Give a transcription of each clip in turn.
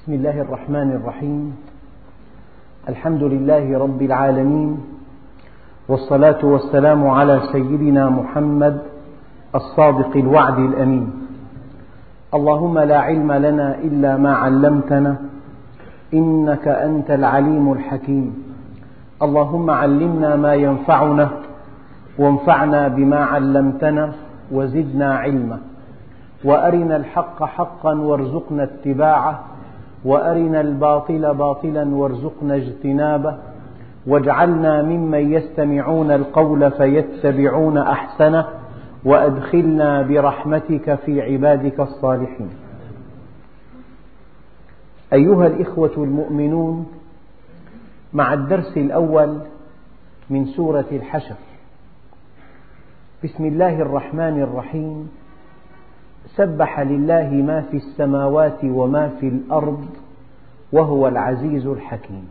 بسم الله الرحمن الرحيم. الحمد لله رب العالمين، والصلاة والسلام على سيدنا محمد الصادق الوعد الأمين. اللهم لا علم لنا إلا ما علمتنا إنك أنت العليم الحكيم. اللهم علمنا ما ينفعنا وانفعنا بما علمتنا وزدنا علما، وأرنا الحق حقا وارزقنا اتباعه، وأرنا الباطل باطلا وارزقنا اجتنابه، واجعلنا ممن يستمعون القول فيتبعون أحسنه، وأدخلنا برحمتك في عبادك الصالحين. أيها الإخوة المؤمنون، مع الدرس الأول من سورة الحشر. بسم الله الرحمن الرحيم. سبح لله ما في السماوات وما في الأرض وهو العزيز الحكيم.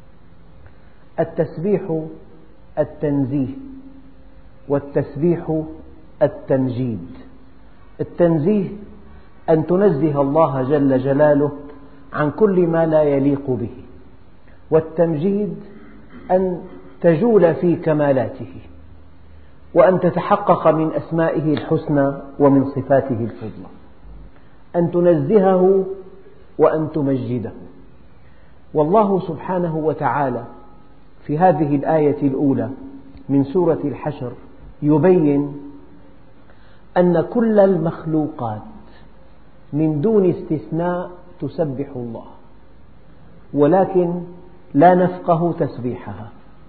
التسبيح التنزيه، والتسبيح التمجيد. التنزيه أن تنزه الله جل جلاله عن كل ما لا يليق به، والتمجيد أن تجول في كمالاته، وأن تتحقق من أسمائه الحسنى ومن صفاته الفضلى، أن تنزهه وأن تمجده. والله سبحانه وتعالى في هذه الآية الأولى من سورة الحشر يبين أن كل المخلوقات من دون استثناء تسبح الله، ولكن لا نفقه تسبيحها.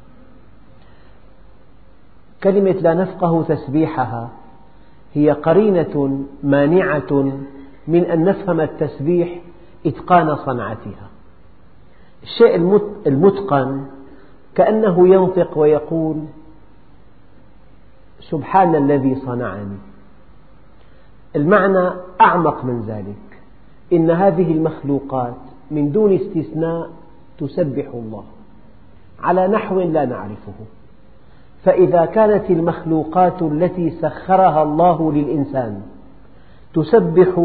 كلمة لا نفقه تسبيحها هي قرينة مانعة من أن نفهم التسبيح إتقان صنعتها. الشيء المتقن كأنه ينطق ويقول سبحان الذي صنعني. المعنى أعمق من ذلك، إن هذه المخلوقات من دون استثناء تسبح الله على نحو لا نعرفه. فإذا كانت المخلوقات التي سخرها الله للإنسان تسبح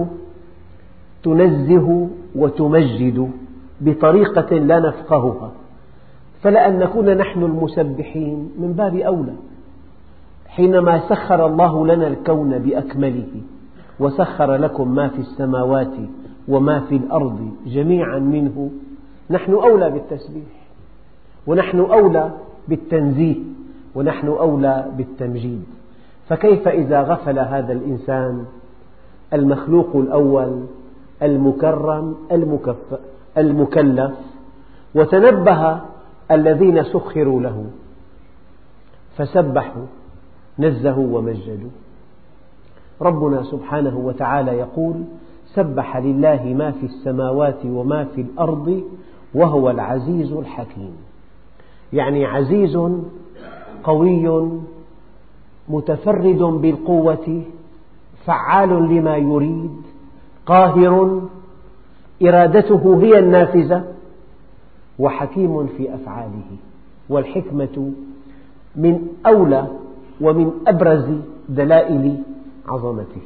تنزه وتمجد بطريقة لا نفقهها، فلأن نكون نحن المسبحين من باب أولى. حينما سخر الله لنا الكون بأكمله وسخر لكم ما في السماوات وما في الأرض جميعا منه، نحن أولى بالتسبيح، ونحن أولى بالتنزيه، ونحن أولى بالتمجيد. فكيف إذا غفل هذا الإنسان المخلوق الأول المكرم المكلف وتنبه الذين سخروا له فسبحوا نزهوا ومجدوا. ربنا سبحانه وتعالى يقول سبح لله ما في السماوات وما في الأرض وهو العزيز الحكيم. يعني عزيز قوي متفرد بالقوة، فعال لما يريد، قاهر، إرادته هي النافذة، وحكيم في أفعاله. والحكمة من أولى ومن أبرز دلائل عظمته.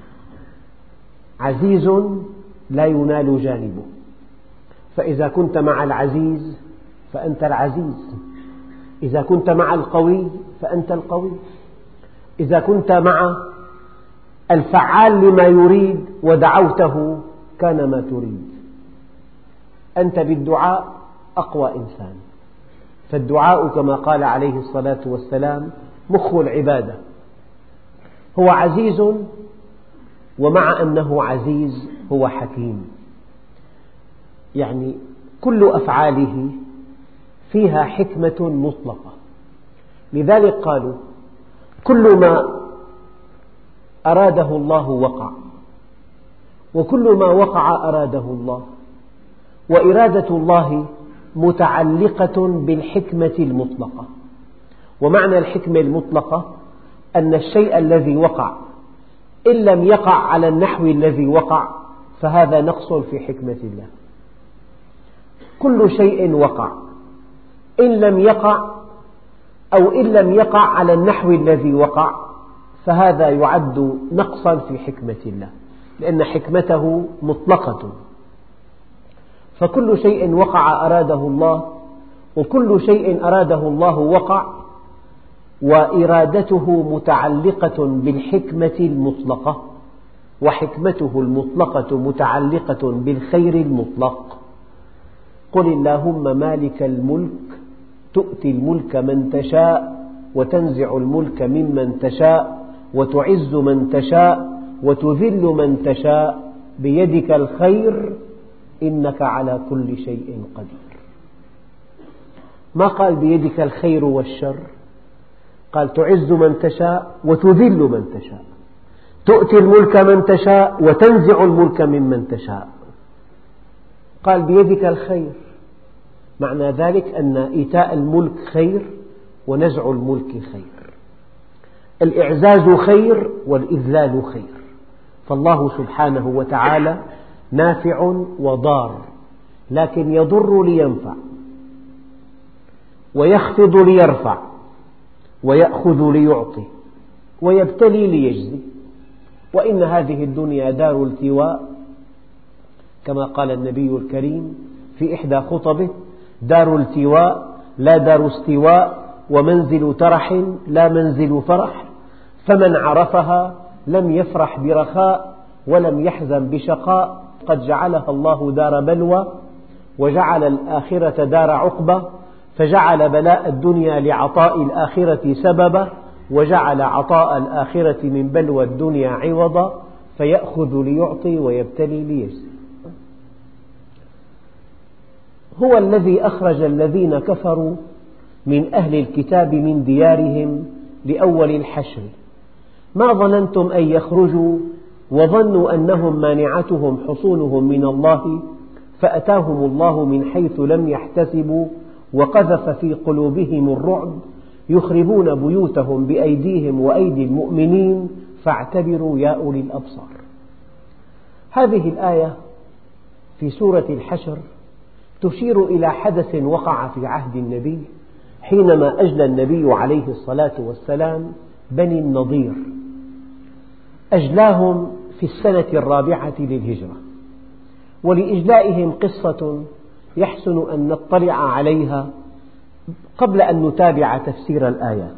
عزيز لا ينال جانبه، فإذا كنت مع العزيز فأنت العزيز، إذا كنت مع القوي فأنت القوي، إذا كنت مع الفعال لما يريد ودعوته كان ما تريد. أنت بالدعاء أقوى إنسان، فالدعاء كما قال عليه الصلاة والسلام مخ العبادة. هو عزيز، ومع أنه عزيز هو حكيم، يعني كل أفعاله فيها حكمة مطلقة. لذلك قالوا كل ما أراده الله وقع، وكل ما وقع أراده الله، وإرادة الله متعلقة بالحكمة المطلقة. ومعنى الحكمة المطلقة أن الشيء الذي وقع إن لم يقع على النحو الذي وقع فهذا نقص في حكمة الله. كل شيء وقع إن لم يقع أو إن لم يقع على النحو الذي وقع فهذا يعد نقصا في حكمة الله، لأن حكمته مطلقة. فكل شيء وقع أراده الله، وكل شيء أراده الله وقع، وإرادته متعلقة بالحكمة المطلقة، وحكمته المطلقة متعلقة بالخير المطلق. قل اللهم مالك الملك تؤتي الملك من تشاء وتنزع الملك ممن تشاء وتعز من تشاء وتذل من تشاء بيدك الخير إنك على كل شيء قدير. ما قال بيدك الخير والشر، قال تعز من تشاء وتذل من تشاء، تؤتي الملك من تشاء وتنزع الملك ممن تشاء. قال بيدك الخير، معنى ذلك أن إيتاء الملك خير ونزع الملك خير، الإعزاز خير والإذلال خير. فالله سبحانه وتعالى نافع وضار، لكن يضر لينفع، ويخفض ليرفع، ويأخذ ليعطي، ويبتلي ليجزي. وإن هذه الدنيا دار التواء، كما قال النبي الكريم في إحدى خطبه: دار التواء لا دار استواء، ومنزل ترح لا منزل فرح، فمن عرفها لم يفرح برخاء ولم يحزن بشقاء. قد جعلها الله دار بلوى، وجعل الآخرة دار عقبة، فجعل بلاء الدنيا لعطاء الآخرة سببا، وجعل عطاء الآخرة من بلوى الدنيا عوضا، فيأخذ ليعطي ويبتلي ليجزي. هو الذي أخرج الذين كفروا من أهل الكتاب من ديارهم لأول الحشر، ما ظننتم أن يخرجوا وظنوا أنهم مانعتهم حصونهم من الله، فأتاهم الله من حيث لم يحتسبوا وقذف في قلوبهم الرعب، يخربون بيوتهم بأيديهم وأيدي المؤمنين فاعتبروا يا أولي الأبصار. هذه الآية في سورة الحشر تشير إلى حدث وقع في عهد النبي، حينما أجلى النبي عليه الصلاة والسلام بني النضير، أجلاهم في السنة الرابعة للهجرة. ولإجلائهم قصة يحسن أن نطلع عليها قبل أن نتابع تفسير الآيات.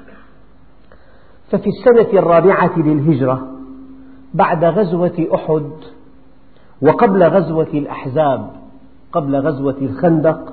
ففي السنة الرابعة للهجرة بعد غزوة أحد وقبل غزوة الأحزاب، قبل غزوة الخندق،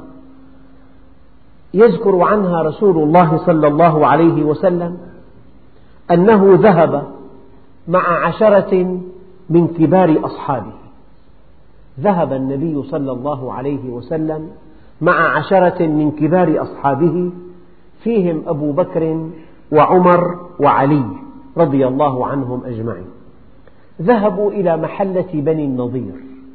يذكر عنها رسول الله صلى الله عليه وسلم أنه ذهب مع 10 من كبار أصحابه. ذهب النبي صلى الله عليه وسلم مع 10 من كبار أصحابه، فيهم أبو بكر وعمر وعلي رضي الله عنهم أجمعين. ذهبوا إلى محلة بني النضير،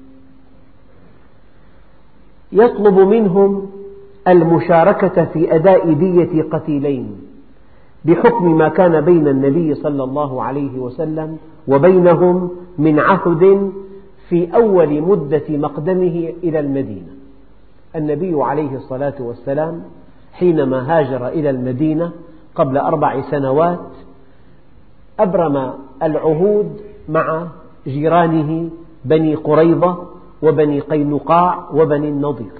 يطلب منهم المشاركة في أداء دية قتيلين بحكم ما كان بين النبي صلى الله عليه وسلم وبينهم من عهد في أول مدة مقدمه إلى المدينة. النبي عليه الصلاة والسلام حينما هاجر إلى المدينة قبل 4 سنوات أبرم العهود مع جيرانه بني قريظة وبني قينقاع وبني النضير.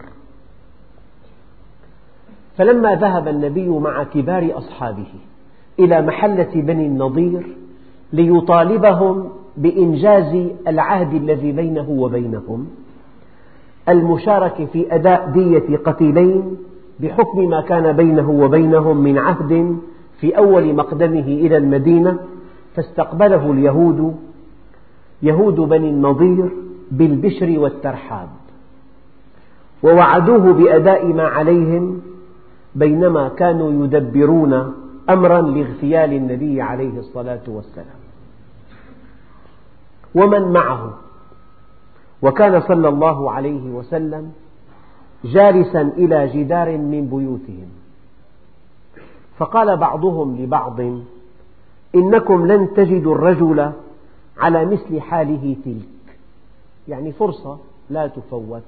فلما ذهب النبي مع كبار أصحابه إلى محلة بني النضير ليطالبهم بإنجاز العهد الذي بينه وبينهم، المشاركة في أداء دية قتيلين بحكم ما كان بينه وبينهم من عهد في أول مقدمه إلى المدينة، فاستقبله اليهود، يهود بني النضير، بالبشر والترحاب، ووعدوه بأداء ما عليهم، بينما كانوا يدبرون أمرا لاغتيال النبي عليه الصلاة والسلام ومن معه. وكان صلى الله عليه وسلم جالسا إلى جدار من بيوتهم، فقال بعضهم لبعض: إنكم لن تجدوا الرجل على مثل حاله تلك، يعني فرصة لا تفوت،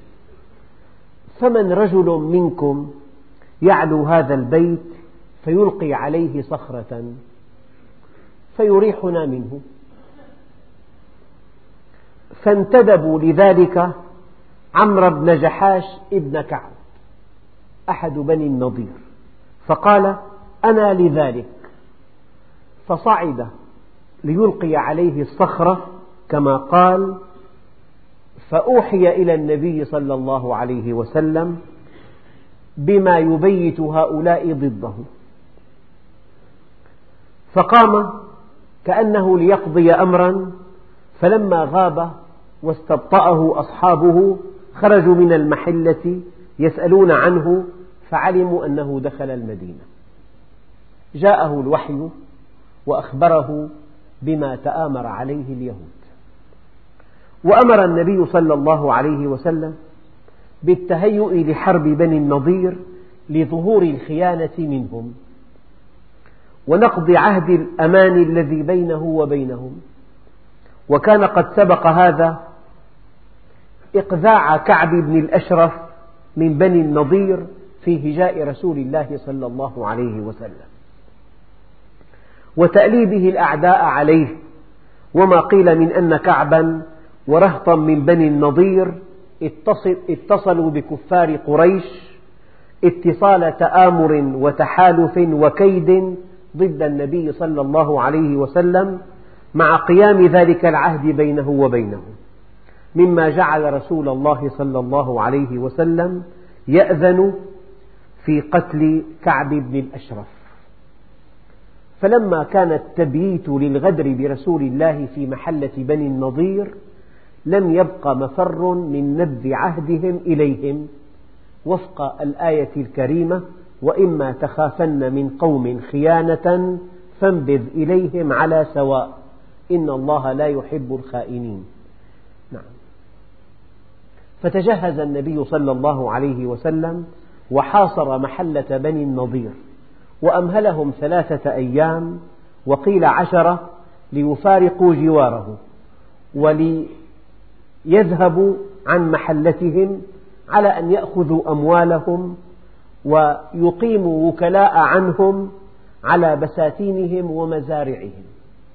فمن رجل منكم يعلو هذا البيت فيلقي عليه صخرة فيريحنا منه. فانتدبوا لذلك عمرو بن جحاش ابن كعب أحد بني النضير، فقال: أنا لذلك، فصعد ليلقي عليه الصخرة كما قال، فأوحي إلى النبي صلى الله عليه وسلم بما يبيت هؤلاء ضده، فقام كأنه ليقضي أمرا، فلما غاب واستبطأه أصحابه خرجوا من المحلة يسألون عنه، فعلموا أنه دخل المدينة. جاءه الوحي وأخبره بما تآمر عليه اليهود، وأمر النبي صلى الله عليه وسلم بالتهيؤ لحرب بني النضير لظهور الخيانة منهم ونقض عهد الأمان الذي بينه وبينهم. وكان قد سبق هذا إقذاع كعب بن الأشرف من بني النضير في هجاء رسول الله صلى الله عليه وسلم وتأليبه الأعداء عليه، وما قيل من أن كعبا ورهطا من بني النضير اتصلوا بكفار قريش اتصال تآمر وتحالف وكيد ضد النبي صلى الله عليه وسلم، مع قيام ذلك العهد بينه وبينهم، مما جعل رسول الله صلى الله عليه وسلم يأذن في قتل كعب بن الأشرف. فلما كان التبييت للغدر برسول الله في محلة بني النضير لم يبق مفر من نبذ عهدهم إليهم، وفق الآية الكريمة: وإما تخافن من قوم خيانة فانبذ إليهم على سواء إن الله لا يحب الخائنين. نعم. فتجهز النبي صلى الله عليه وسلم وحاصر محلة بني النضير، وأمهلهم 3 أيام وقيل 10 ليفارقوا جواره وليذهبوا عن محلتهم، على أن يأخذوا أموالهم ويقيموا وكلاء عنهم على بساتينهم ومزارعهم.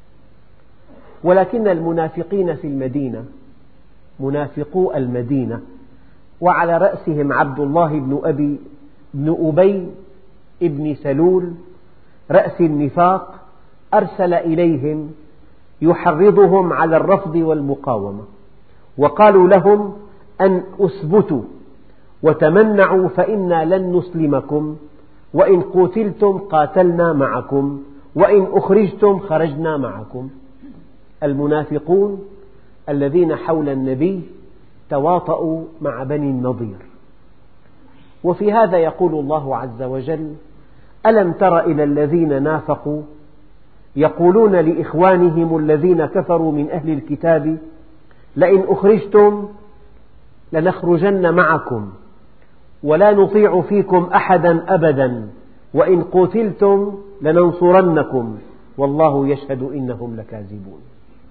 ولكن المنافقين في المدينة، منافقو المدينة، وعلى رأسهم عبد الله بن أبي ابن سلول رأس النفاق، أرسل إليهم يحرضهم على الرفض والمقاومة، وقالوا لهم أن أثبتوا وتمنعوا فإنا لن نسلمكم، وإن قتلتم قاتلنا معكم، وإن أخرجتم خرجنا معكم. المنافقون الذين حول النبي تواطؤوا مع بني النضير. وفي هذا يقول الله عز وجل: ألم تر إلى الذين نافقوا يقولون لإخوانهم الذين كفروا من أهل الكتاب لئن أخرجتم لنخرجن معكم ولا نطيع فيكم أحدا أبدا وإن قتلتم لننصرنكم والله يشهد إنهم لكاذبون.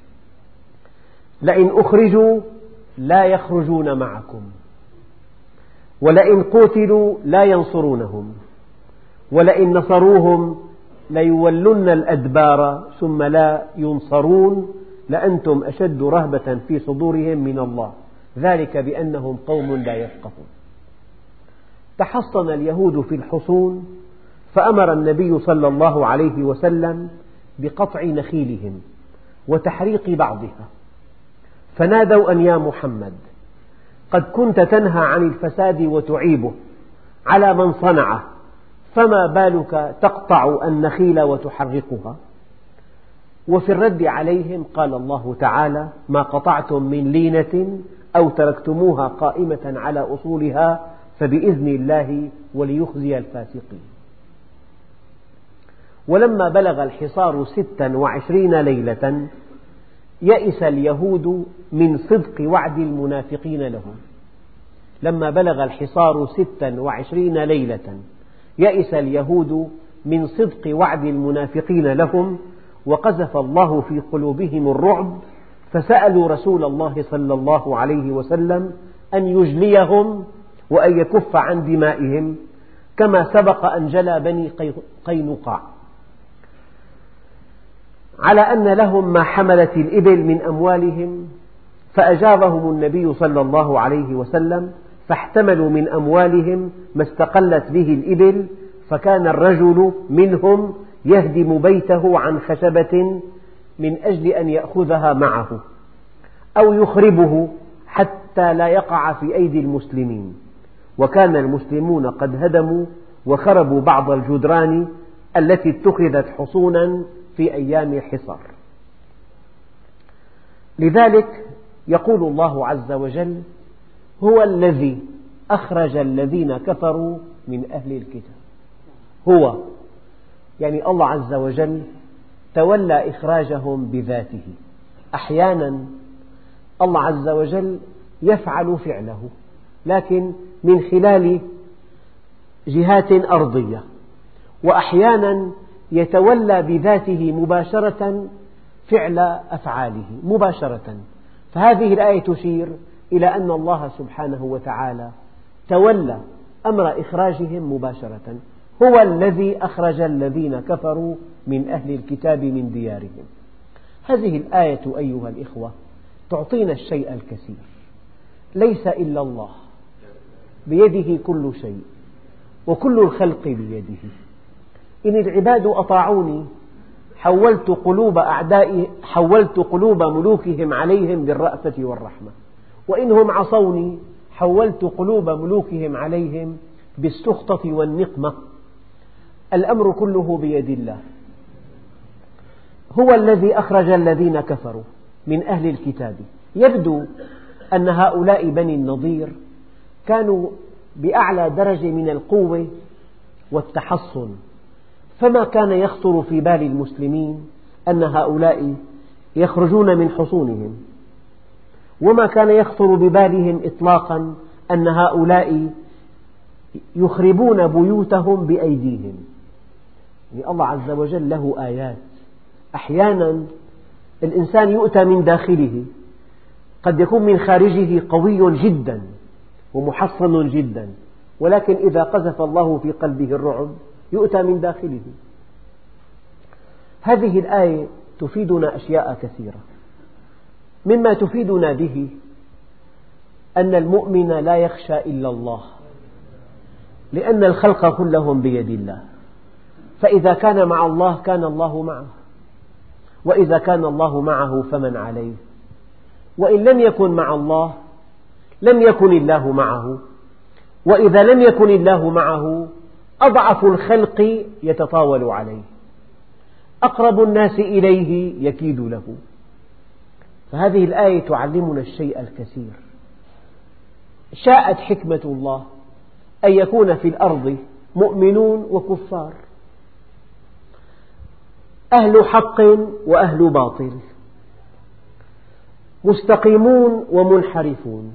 لئن أخرجوا لا يخرجون معكم، ولئن قتلوا لا ينصرونهم، ولئن نصروهم ليولن الأدبار ثم لا ينصرون لأنتم أشد رهبة في صدورهم من الله ذلك بأنهم قوم لا يفقهون. تحصن اليهود في الحصون، فأمر النبي صلى الله عليه وسلم بقطع نخيلهم وتحريق بعضها، فنادوا أن يا محمد قد كنت تنهى عن الفساد وتعيبه على من صنعه، فما بالك تقطع النخيل وتحرقها؟ وفي الرد عليهم قال الله تعالى: ما قطعتم من لينة أو تركتموها قائمة على أصولها فبإذن الله وليخزي الفاسقين. ولما بلغ الحصار 26 ليلة يئس اليهود من صدق وعد المنافقين لهم. لما بلغ الحصار 26 ليلة يئس اليهود من صدق وعد المنافقين لهم، وقذف الله في قلوبهم الرعب، فسألوا رسول الله صلى الله عليه وسلم أن يجليهم وأن يكف عن دمائهم كما سبق أن جلى بني قينقاع، على أن لهم ما حملت الإبل من أموالهم، فأجابهم النبي صلى الله عليه وسلم فاحتملوا من أموالهم ما استقلت به الإبل، فكان الرجل منهم يهدم بيته عن خشبة من أجل أن يأخذها معه أو يخربه حتى لا يقع في أيدي المسلمين، وكان المسلمون قد هدموا وخربوا بعض الجدران التي اتخذت حصونا في أيام الحصار. لذلك يقول الله عز وجل: هو الذي أخرج الذين كفروا من أهل الكتاب. هو يعني الله عز وجل تولى إخراجهم بذاته. أحيانا الله عز وجل يفعل فعله لكن من خلال جهات أرضية، وأحيانا يتولى بذاته مباشرة فعل أفعاله مباشرة. فهذه الآية تشير إلى أن الله سبحانه وتعالى تولى أمر إخراجهم مباشرة. هو الذي أخرج الذين كفروا من أهل الكتاب من ديارهم. هذه الآية أيها الإخوة تعطينا الشيء الكثير. ليس إلا الله، بيده كل شيء وكل الخلق بيده. إن العباد أطاعوني حولت قلوب ملوكهم عليهم بالرأفة والرحمة، وإنهم عصوني حولت قلوب ملوكهم عليهم بالسخطة والنقمة. الأمر كله بيد الله. هو الذي أخرج الذين كفروا من أهل الكتاب. يبدو أن هؤلاء بني النضير كانوا بأعلى درجة من القوة والتحصن، فما كان يخطر في بال المسلمين أن هؤلاء يخرجون من حصونهم، وما كان يخطر ببالهم إطلاقا أن هؤلاء يخربون بيوتهم بأيديهم. يعني الله عز وجل له آيات. أحيانا الإنسان يؤتى من داخله، قد يكون من خارجه قوي جدا ومحصن جدا، ولكن إذا قذف الله في قلبه الرعب يؤتى من داخله. هذه الآية تفيدنا أشياء كثيرة. مما تفيدنا به أن المؤمن لا يخشى إلا الله، لأن الخلق كلهم بيد الله، فإذا كان مع الله كان الله معه، وإذا كان الله معه فمن عليه، وإن لم يكن مع الله لم يكن الله معه، وإذا لم يكن الله معه أضعف الخلق يتطاول عليه، أقرب الناس إليه يكيد له. فهذه الآية تعلمنا الشيء الكثير. شاءت حكمة الله أن يكون في الأرض مؤمنون وكفار، أهل حق وأهل باطل، مستقيمون ومنحرفون،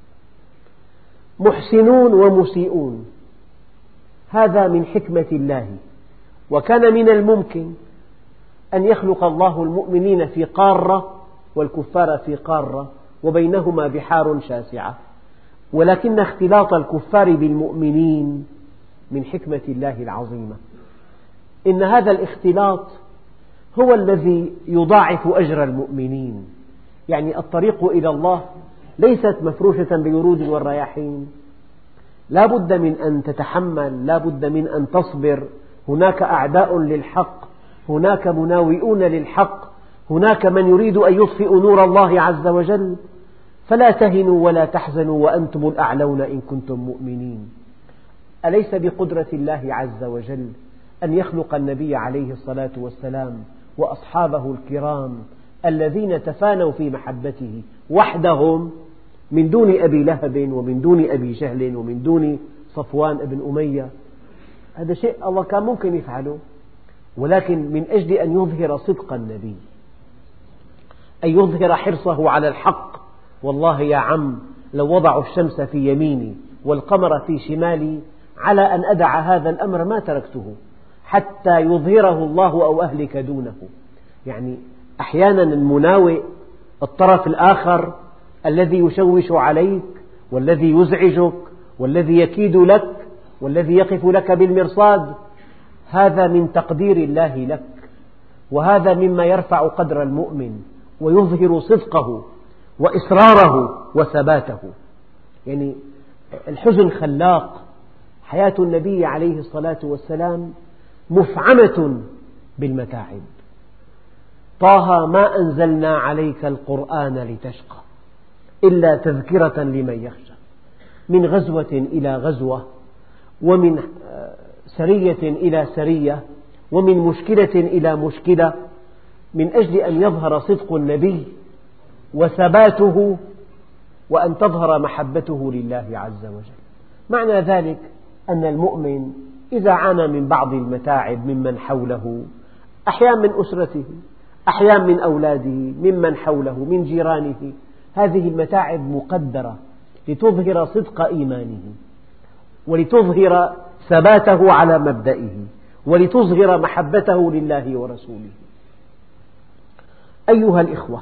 محسنون ومسيئون. هذا من حكمة الله. وكان من الممكن أن يخلق الله المؤمنين في قارة والكفار في قارة وبينهما بحار شاسعة، ولكن اختلاط الكفار بالمؤمنين من حكمة الله العظيمة. إن هذا الاختلاط هو الذي يضاعف أجر المؤمنين. يعني الطريق إلى الله ليست مفروشة بالورود والرياحين، لا بد من أن تتحمل، لا بد من أن تصبر. هناك أعداء للحق، هناك مناوئون للحق، هناك من يريد أن يطفئ نور الله عز وجل. فلا تهنوا ولا تحزنوا وأنتم الأعلون إن كنتم مؤمنين. أليس بقدرة الله عز وجل أن يخلق النبي عليه الصلاة والسلام وأصحابه الكرام الذين تفانوا في محبته وحدهم من دون أبي لهب ومن دون أبي جهل ومن دون صفوان بن أمية؟ هذا شيء الله كان ممكن يفعله، ولكن من أجل أن يظهر صدق النبي، أن يظهر حرصه على الحق. والله يا عم لو وضعوا الشمس في يميني والقمر في شمالي على أن أدع هذا الأمر ما تركته حتى يظهره الله أو أهلك دونه. يعني أحيانا المناوئ، الطرف الآخر الذي يشوش عليك والذي يزعجك والذي يكيد لك والذي يقف لك بالمرصاد، هذا من تقدير الله لك، وهذا مما يرفع قدر المؤمن ويظهر صدقه وإصراره وثباته. يعني الحزن خلاق. حياة النبي عليه الصلاة والسلام مفعمة بالمتاعب. طه ما أنزلنا عليك القرآن لتشقى إلا تذكرة لمن يخشى. من غزوة إلى غزوة، ومن سرية إلى سرية، ومن مشكلة إلى مشكلة، من أجل أن يظهر صدق النبي وثباته، وأن تظهر محبته لله عز وجل. معنى ذلك أن المؤمن إذا عانى من بعض المتاعب ممن حوله، أحيانا من أسرته، أحيانا من أولاده، ممن حوله، من جيرانه، هذه المتاعب مقدرة لتظهر صدق إيمانه، ولتظهر ثباته على مبدئه، ولتظهر محبته لله ورسوله. أيها الإخوة،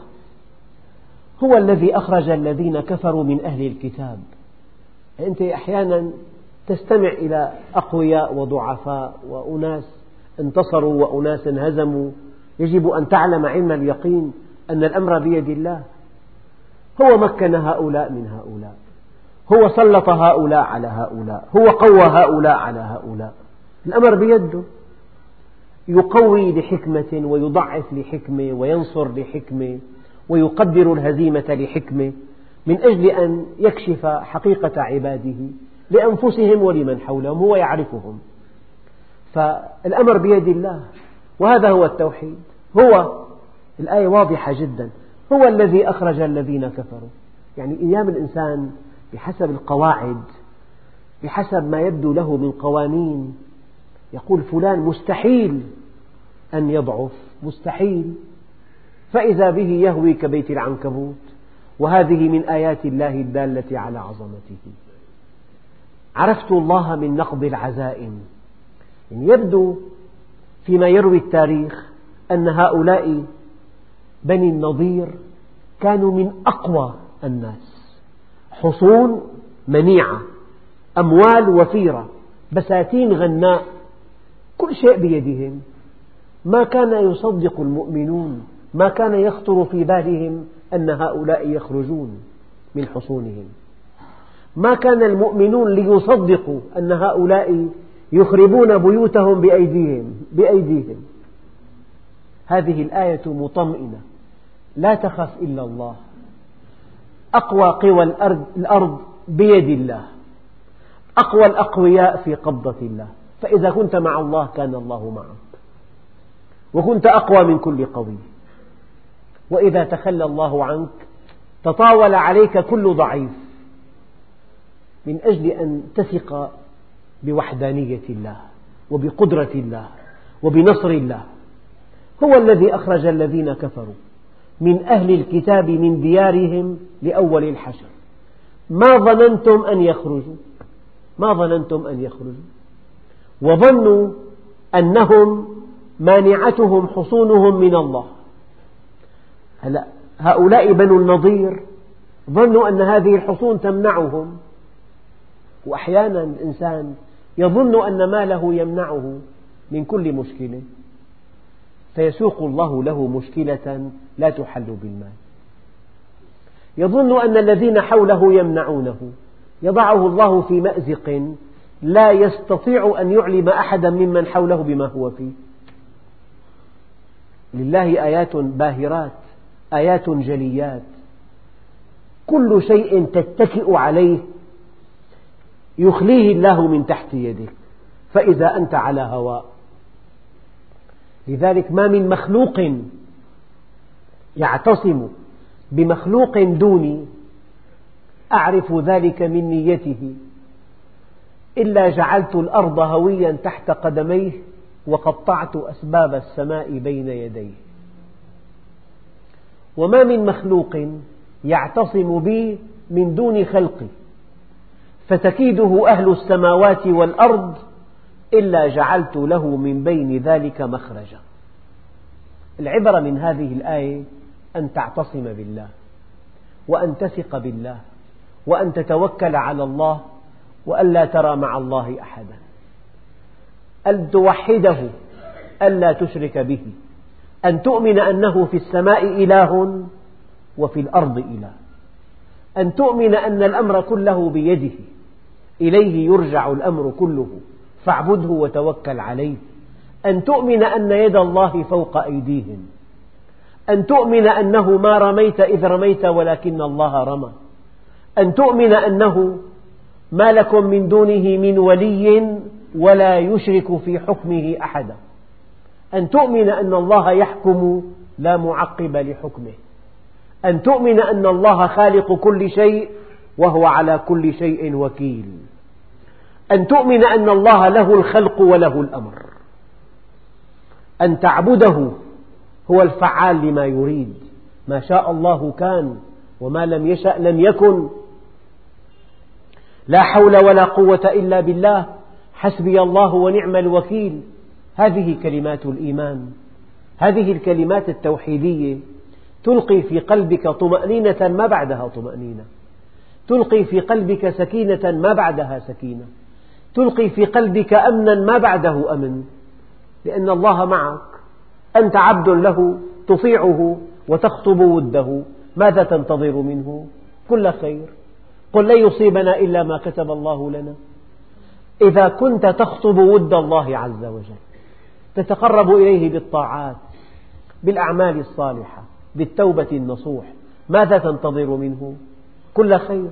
هو الذي أخرج الذين كفروا من أهل الكتاب. أنت أحيانا تستمع إلى أقوياء وضعفاء، وأناس انتصروا وأناس انهزموا. يجب أن تعلم علم اليقين أن الأمر بيد الله. هو مكن هؤلاء من هؤلاء، هو سلط هؤلاء على هؤلاء، هو قوى هؤلاء على هؤلاء. الأمر بيده، يقوي لحكمة ويضعف لحكمة، وينصر لحكمة، ويقدر الهزيمة لحكمة، من أجل أن يكشف حقيقة عباده لأنفسهم ولمن حولهم. هو يعرفهم. فالأمر بيد الله، وهذا هو التوحيد. هو الآية واضحة جدا، هو الذي أخرج الذين كفروا. يعني أيام الإنسان بحسب القواعد، بحسب ما يبدو له من قوانين، يقول فلان مستحيل أن يضعف، مستحيل، فإذا به يهوي كبيت العنكبوت. وهذه من آيات الله الدالة على عظمته. عرفت الله من نقض العزائم. يعني يبدو فيما يروي التاريخ أن هؤلاء بني النضير كانوا من أقوى الناس، حصون منيعة، أموال وفيرة، بساتين غناء، كل شيء بيدهم. ما كان يصدق المؤمنون، ما كان يخطر في بالهم أن هؤلاء يخرجون من حصونهم. ما كان المؤمنون ليصدقوا أن هؤلاء يخربون بيوتهم بأيديهم. هذه الآية مطمئنة، لا تخف إلا الله. أقوى قوى الأرض بيد الله، أقوى الأقوياء في قبضة الله. فإذا كنت مع الله كان الله معك، وكنت أقوى من كل قوي. وإذا تخلى الله عنك تطاول عليك كل ضعيف، من أجل أن تثق بوحدانية الله وبقدرة الله وبنصر الله. هو الذي أخرج الذين كفروا من أهل الكتاب من ديارهم لأول الحشر. ما ظننتم أن يخرجوا، وظنوا أنهم مانعتهم حصونهم من الله. هؤلاء بنو النضير ظنوا أن هذه الحصون تمنعهم. وأحيانا الإنسان يظن أن ماله يمنعه من كل مشكلة، فيسوق الله له مشكلة لا تحل بالمال. يظن أن الذين حوله يمنعونه، يضعه الله في مأزق لا يستطيع أن يعلم أحدا ممن حوله بما هو فيه. لله آيات باهرات، آيات جليات، كل شيء تتكئ عليه يخليه الله من تحت يدك، فإذا أنت على هواء. لذلك ما من مخلوق يعتصم بمخلوق دوني، أعرف ذلك من نيته، إلا جعلت الأرض هويا تحت قدميه وقطعت أسباب السماء بين يديه. وما من مخلوق يعتصم بي من دون خلقي فتكيده أهل السماوات والأرض إلا جعلت له من بين ذلك مخرجا. العبرة من هذه الآية أن تعتصم بالله، وأن تثق بالله، وأن تتوكل على الله، وألا ترى مع الله أحدا، أن توحده، ألا تشرك به، أن تؤمن أنه في السماء إله وفي الأرض إله. أن تؤمن أن الأمر كله بيده، إليه يرجع الأمر كله فاعبده وتوكل عليه. أن تؤمن أن يد الله فوق أيديهم، أن تؤمن أنه ما رميت إذ رميت ولكن الله رمى، أن تؤمن أنه ما لكم من دونه من ولي ولا يشرك في حكمه أحدا، أن تؤمن أن الله يحكم لا معقب لحكمه، أن تؤمن أن الله خالق كل شيء وهو على كل شيء وكيل، أن تؤمن أن الله له الخلق وله الأمر، أن تعبده هو الفعال لما يريد، ما شاء الله كان وما لم يشأ لم يكن، لا حول ولا قوة إلا بالله، حسبي الله ونعم الوكيل. هذه كلمات الإيمان، هذه الكلمات التوحيدية تلقي في قلبك طمأنينة ما بعدها طمأنينة، تلقي في قلبك سكينة ما بعدها سكينة، تلقي في قلبك أمنا ما بعده أمن، لأن الله معك، أنت عبد له تطيعه وتخطب وده، ماذا تنتظر منه؟ كل خير. قل لن يصيبنا إلا ما كتب الله لنا. إذا كنت تخطب ود الله عز وجل، تتقرب إليه بالطاعات، بالأعمال الصالحة، بالتوبة النصوح، ماذا تنتظر منه؟ كل خير.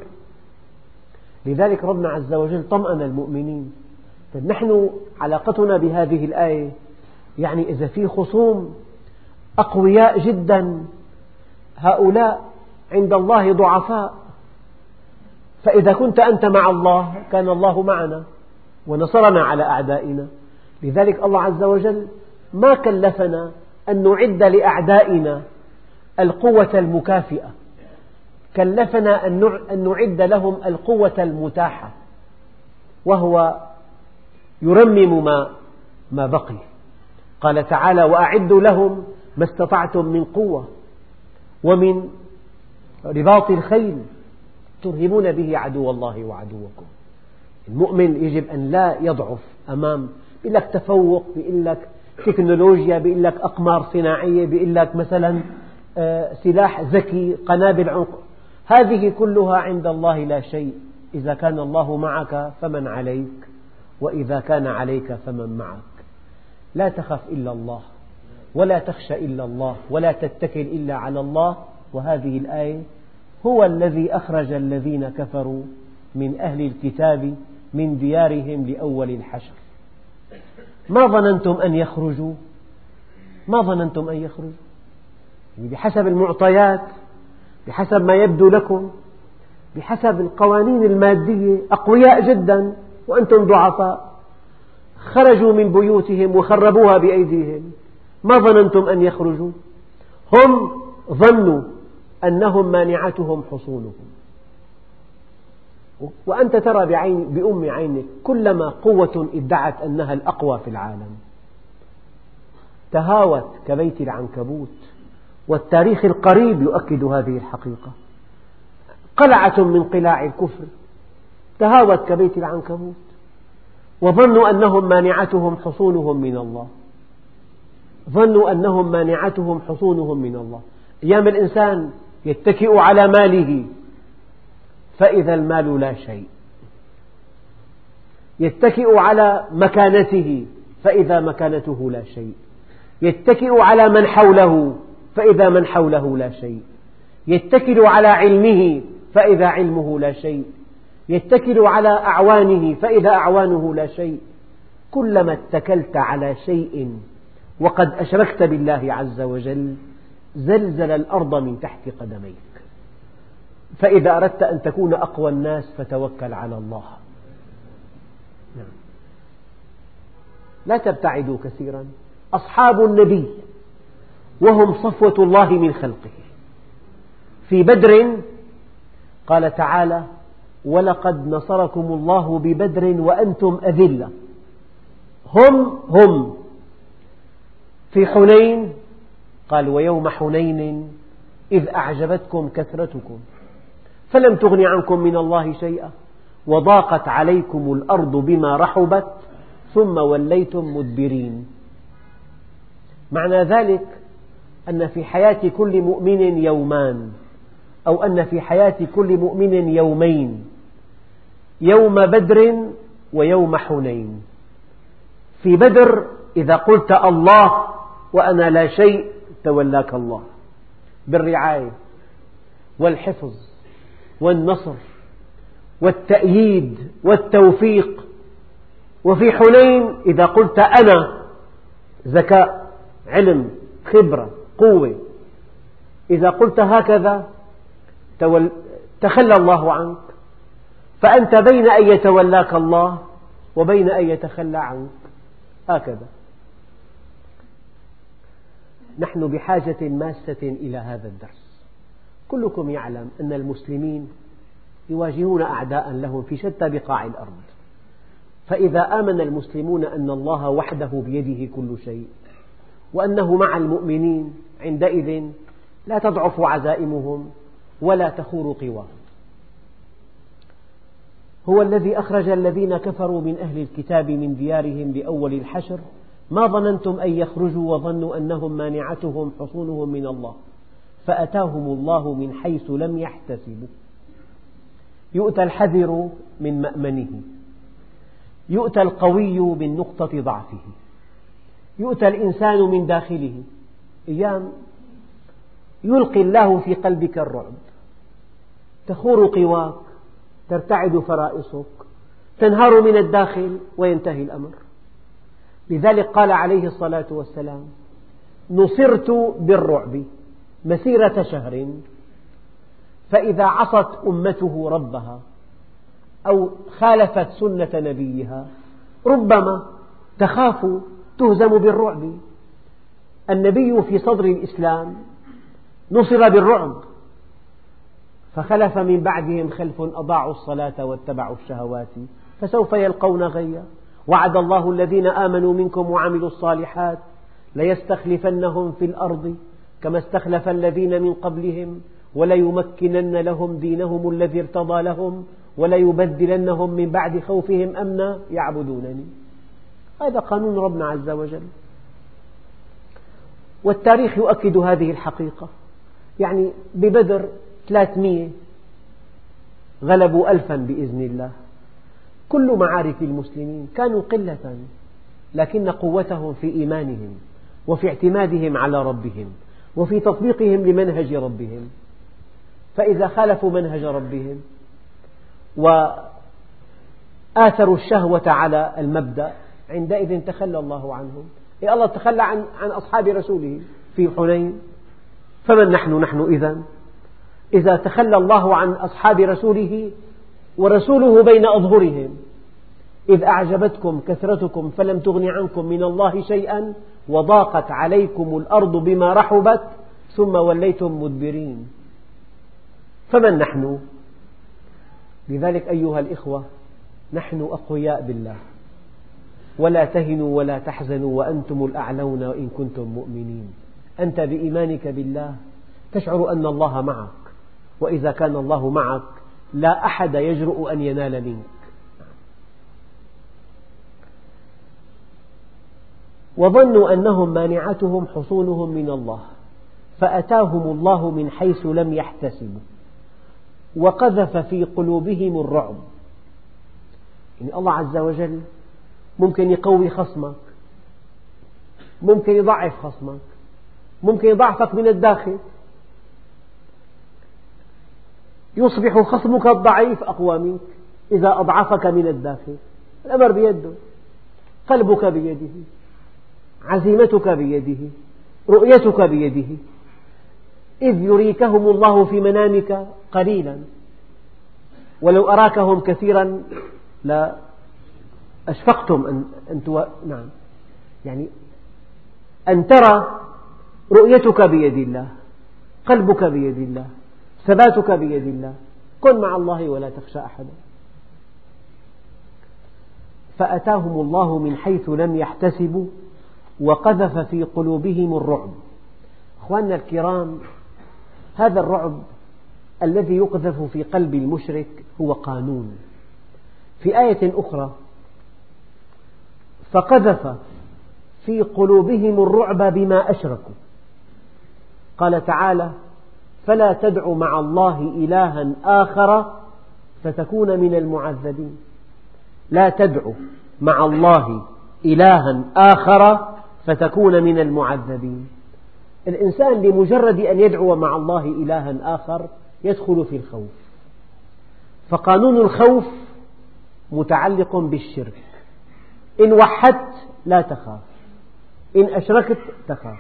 لذلك ربنا عز وجل طمأن المؤمنين. نحن علاقتنا بهذه الآية يعني إذا في خصوم أقوياء جدا، هؤلاء عند الله ضعفاء، فإذا كنت أنت مع الله كان الله معنا ونصرنا على أعدائنا. لذلك الله عز وجل ما كلفنا أن نعد لأعدائنا القوة المكافئة، كلفنا أن نعد لهم القوة المتاحة، وهو يرمم ما بقي. قال تعالى: وأعدوا لهم ما استطعتم من قوة ومن رباط الخيل ترهبون به عدو الله وعدوكم. المؤمن يجب أن لا يضعف أمام، بيقول لك تفوق، بيقول لك تكنولوجيا، بيقول لك أقمار صناعية، بيقول لك مثلا سلاح ذكي، قنابل عنق، هذه كلها عند الله لا شيء. إذا كان الله معك فمن عليك، وإذا كان عليك فمن معك. لا تخف إلا الله، ولا تخشى إلا الله، ولا تتكل إلا على الله. وهذه الآية: هو الذي أخرج الذين كفروا من أهل الكتاب من ديارهم لأول الحشر. ما ظننتم أن يخرجوا، ما ظننتم أن يخرجوا، يعني بحسب المعطيات، بحسب ما يبدو لكم، بحسب القوانين المادية أقوياء جدا وأنتم ضعفاء، خرجوا من بيوتهم وخربوها بأيديهم. ما ظننتم أن يخرجوا، هم ظنوا أنهم مانعتهم حصونهم. وأنت ترى بأم عينك كلما قوة ادعت أنها الأقوى في العالم تهاوت كبيت العنكبوت، والتاريخ القريب يؤكد هذه الحقيقة. قلعة من قلاع الكفر تهاوت كبيت العنكبوت، وظنوا أنهم مانعتهم حصونهم من الله، ظنوا أنهم مانعتهم حصونهم من الله. أيام الإنسان يتكئ على ماله فإذا المال لا شيء، يتكئ على مكانته فإذا مكانته لا شيء، يتكئ على من حوله فإذا من حوله لا شيء، يتكل على علمه فإذا علمه لا شيء، يتكل على أعوانه فإذا أعوانه لا شيء. كلما اتكلت على شيء وقد أشركت بالله عز وجل زلزل الأرض من تحت قدميك. فإذا أردت أن تكون أقوى الناس فتوكل على الله. لا تبتعدوا كثيرا. أصحاب النبي وهم صفوة الله من خلقه. في بدر قال تعالى: ولقد نصركم الله ببدر وأنتم أذلة. هم في حنين قال: ويوم حنين إذ أعجبتكم كثرتكم فلم تغن عنكم من الله شيئا وضاقت عليكم الأرض بما رحبت ثم وليتم مدبرين. معنى ذلك أن في حياة كل مؤمن يومان: أو أن في حياة كل مؤمن يومين: يوم بدر ويوم حنين. في بدر إذا قلت الله وأنا لا شيء تولاك الله بالرعاية والحفظ والنصر والتأييد والتوفيق. وفي حنين إذا قلت أنا، ذكاء، علم، خبرة، قوة. إذا قلت هكذا تخلى الله عنك، فأنت بين أن يتولاك الله وبين أن يتخلى عنك. هكذا نحن بحاجة ماسة إلى هذا الدرس. كلكم يعلم أن المسلمين يواجهون أعداء لهم في شتى بقاع الأرض، فإذا آمن المسلمون أن الله وحده بيده كل شيء وأنه مع المؤمنين، عندئذ لا تضعف عزائمهم ولا تخور قواهم. هو الذي أخرج الذين كفروا من أهل الكتاب من ديارهم لأول الحشر ما ظننتم أن يخرجوا وظنوا أنهم مانعتهم حصونهم من الله فأتاهم الله من حيث لم يحتسبوا. يؤتى الحذر من مأمنه، يؤتى القوي من نقطة ضعفه، يؤتى الإنسان من داخله. أيام يلقي الله في قلبك الرعب، تخور قواك، ترتعد فرائصك، تنهار من الداخل وينتهي الأمر. لذلك قال عليه الصلاة والسلام: نصرت بالرعب مسيرة شهر. فإذا عصت أمته ربها أو خالفت سنة نبيها ربما تخاف تهزم بالرعب. النبي في صدر الإسلام نصر بالرعب، فخلف من بعدهم خلف أضاعوا الصلاة واتبعوا الشهوات فسوف يلقون غيا. وعد الله الذين آمنوا منكم وعملوا الصالحات ليستخلفنهم في الأرض كما استخلف الذين من قبلهم وليمكنن لهم دينهم الذي ارتضى لهم وليبدلنهم من بعد خوفهم أمنا يعبدونني. هذا قانون ربنا عز وجل، والتاريخ يؤكد هذه الحقيقة. يعني ببدر 300 غلبوا 1000 بإذن الله. كل معارك المسلمين كانوا قلة، لكن قوتهم في إيمانهم وفي اعتمادهم على ربهم وفي تطبيقهم لمنهج ربهم. فإذا خالفوا منهج ربهم وآثروا الشهوة على المبدأ عندئذ تخلى الله عنهم. الله تخلى عن أصحاب رسوله في حنين، فمن نحن إذن؟ إذا تخلى الله عن أصحاب رسوله ورسوله بين أظهرهم: إذ أعجبتكم كثرتكم فلم تغن عنكم من الله شيئا وضاقت عليكم الأرض بما رحبت ثم وليتم مدبرين. فمن نحن؟ لذلك أيها الإخوة، نحن أقوياء بالله، ولا تهنوا ولا تحزنوا وأنتم الأعلون إن كنتم مؤمنين. أنت بإيمانك بالله تشعر أن الله معك، وإذا كان الله معك لا أحد يجرؤ أن ينال منك. وظنوا أنهم مانعتهم حصونهم من الله فأتاهم الله من حيث لم يحتسبوا وقذف في قلوبهم الرعب. يعني الله عز وجل ممكن يقوي خصمك، ممكن يضعف خصمك، ممكن يضعفك من الداخل، يصبح خصمك الضعيف أقوى منك إذا أضعفك من الداخل. الأمر بيده، قلبك بيده، عزيمتك بيده، رؤيتك بيده. إذ يريكهم الله في منامك قليلا ولو أراكهم كثيرا لا أشفقتم نعم، يعني أن ترى رؤيتك بيد الله، قلبك بيد الله، ثباتك بيد الله. كن مع الله ولا تخشى أحدا. فأتاهم الله من حيث لم يحتسبوا وقذف في قلوبهم الرعب. أخواننا الكرام، هذا الرعب الذي يقذف في قلب المشرك هو قانون. في آية أخرى: فقذف في قلوبهم الرعب بما أشركوا. قال تعالى: فلا تدع مع الله إلها آخر فتكون من المعذبين. لا تدع مع الله إلها آخر فتكون من المعذبين. الإنسان بمجرد أن يدعو مع الله إلها آخر يدخل في الخوف، فقانون الخوف متعلق بالشرك. إن وحدت لا تخاف، إن أشركت تخاف.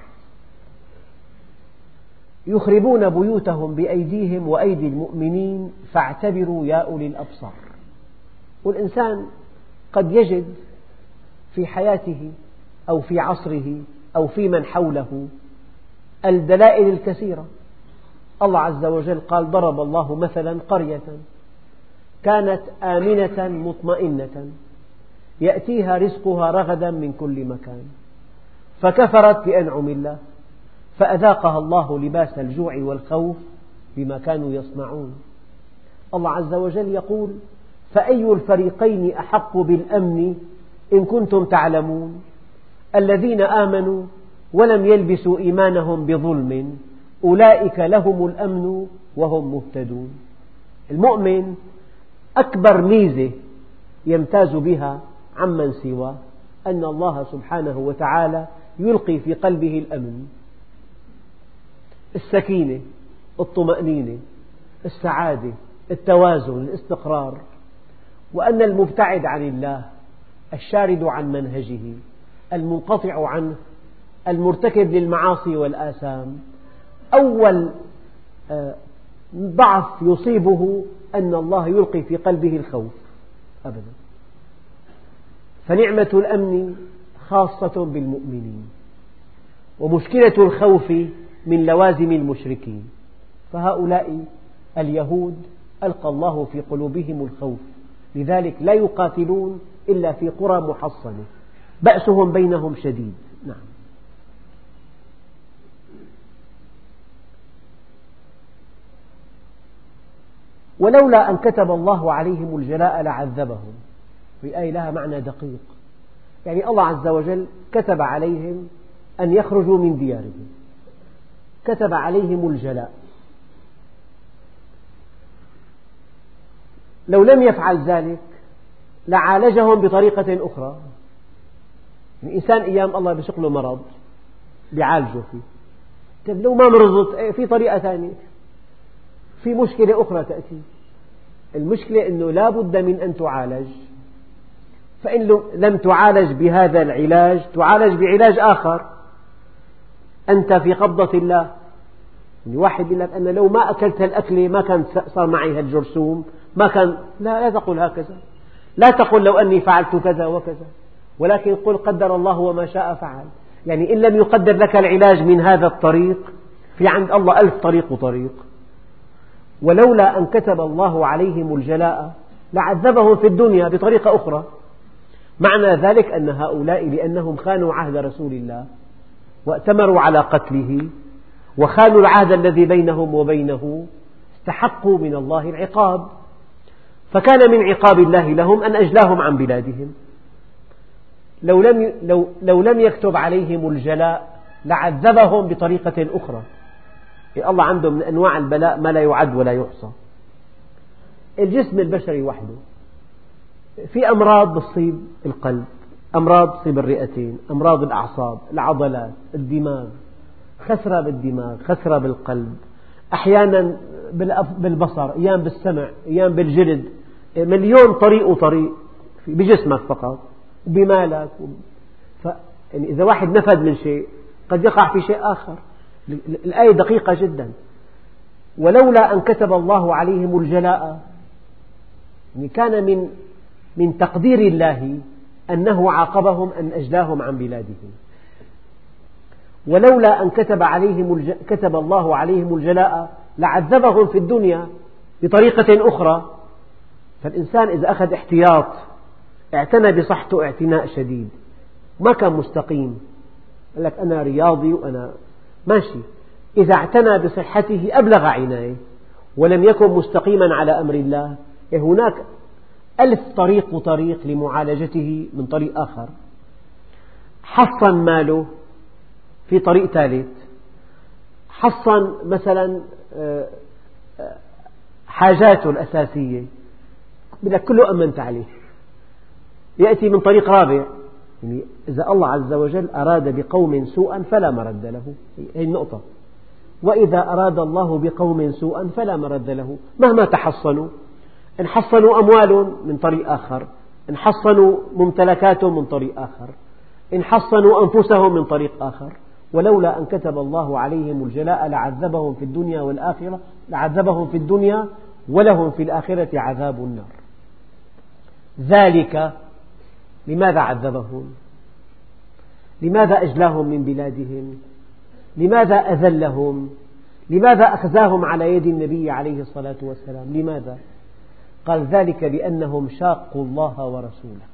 يخربون بيوتهم بأيديهم وأيدي المؤمنين فاعتبروا يا أولي الأبصار. والإنسان قد يجد في حياته أو في عصره أو في من حوله الدلائل الكثيرة. الله عز وجل قال: ضرب الله مثلا قرية كانت آمنة مطمئنة يأتيها رزقها رغدا من كل مكان فكفرت بأنعم الله فأذاقها الله لباس الجوع والخوف بما كانوا يصنعون. الله عز وجل يقول: فأي الفريقين أحق بالأمن إن كنتم تعلمون الذين آمنوا ولم يلبسوا إيمانهم بظلم أولئك لهم الأمن وهم مهتدون. المؤمن أكبر ميزة يمتاز بها عمن سواه أن الله سبحانه وتعالى يلقي في قلبه الأمن، السكينة، الطمأنينة، السعادة، التوازن، الاستقرار. وأن المبتعد عن الله، الشارد عن منهجه، المنقطع عنه، المرتكب للمعاصي والآثام، أول ضعف يصيبه أن الله يلقي في قلبه الخوف أبدا. فنعمة الأمن خاصة بالمؤمنين، ومشكلة الخوف من لوازم المشركين. فهؤلاء اليهود ألقى الله في قلوبهم الخوف، لذلك لا يقاتلون إلا في قرى محصنة، بأسهم بينهم شديد. نعم. ولولا أن كتب الله عليهم الجلاء لعذبهم. في آية لها معنى دقيق، يعني الله عز وجل كتب عليهم أن يخرجوا من ديارهم، كتب عليهم الجلاء. لو لم يفعل ذلك لعالجهم بطريقة أخرى. الإنسان أيام الله بيسوق له مرض بيعالجه فيه. طيب لو ما مرضت في طريقة ثانية، في مشكلة أخرى تأتي. المشكلة أنه لا بد من أن تعالج، فإن لم تعالج بهذا العلاج تعالج بعلاج آخر. أنت في قبضة الله. يعني واحد يقول لك: أنا لو ما أكلت الأكلة ما كان صار معي هالجرثوم، ما كان. لا تقل هكذا. لا تقل لو أني فعلت كذا وكذا، ولكن قل قدر الله وما شاء فعل. يعني إن لم يقدر لك العلاج من هذا الطريق، في عند الله 1000 طريق وطريق. ولولا أن كتب الله عليهم الجلاء لعذبهم في الدنيا بطريقة أخرى. معنى ذلك أن هؤلاء لأنهم خانوا عهد رسول الله وأتمروا على قتله وخانوا العهد الذي بينهم وبينه استحقوا من الله العقاب. فكان من عقاب الله لهم أن أجلاهم عن بلادهم. لو لم يكتب عليهم الجلاء لعذبهم بطريقة أخرى. الله عنده من أنواع البلاء ما لا يعد ولا يحصى. الجسم البشري وحده في أمراض تصيب القلب، أمراض تصيب الرئتين، أمراض الأعصاب، العضلات، الدماغ، خسرة بالدماغ، خسرة بالقلب، أحيانا بالبصر، أيام بالسمع، أيام بالجلد، مليون طريق وطريق بجسمك فقط وبمالك. يعني إذا واحد نفد من شيء قد يقع في شيء آخر. الآية دقيقة جدا. ولولا أن كتب الله عليهم الجلاء، يعني كان من تقدير الله أنه عاقبهم أن أجلاهم عن بلادهم. ولولا أن كتب الله عليهم الجلاء لعذبهم في الدنيا بطريقة أخرى. فالإنسان إذا أخذ احتياط، اعتنى بصحته اعتناء شديد، ما كان مستقيم، قال لك أنا رياضي وأنا ماشي، إذا اعتنى بصحته أبلغ عناية ولم يكن مستقيما على أمر الله، هناك 1000 طريق وطريق لمعالجته من طريق آخر. حصن ماله في طريق ثالث، حصن مثلا حاجاته الأساسية كله أمنت عليه. يأتي من طريق رابع، يعني إذا الله عز وجل أراد بقوم سوءا فلا مرد له، هي النقطة. وإذا أراد الله بقوم سوءا فلا مرد له، مهما تحصنوا، إن حصنوا أموال من طريق آخر، إن حصنوا ممتلكاتهم من طريق آخر، إن حصنوا أنفسهم من طريق آخر، ولولا أن كتب الله عليهم الجلاء لعذبهم في الدنيا والآخرة، لعذبهم في الدنيا ولهم في الآخرة عذاب النار. ذلك لماذا عذبهم؟ لماذا أجلاهم من بلادهم؟ لماذا أذلهم؟ لماذا أخزاهم على يد النبي عليه الصلاة والسلام؟ لماذا؟ قال ذلك بأنهم شاقوا الله ورسوله.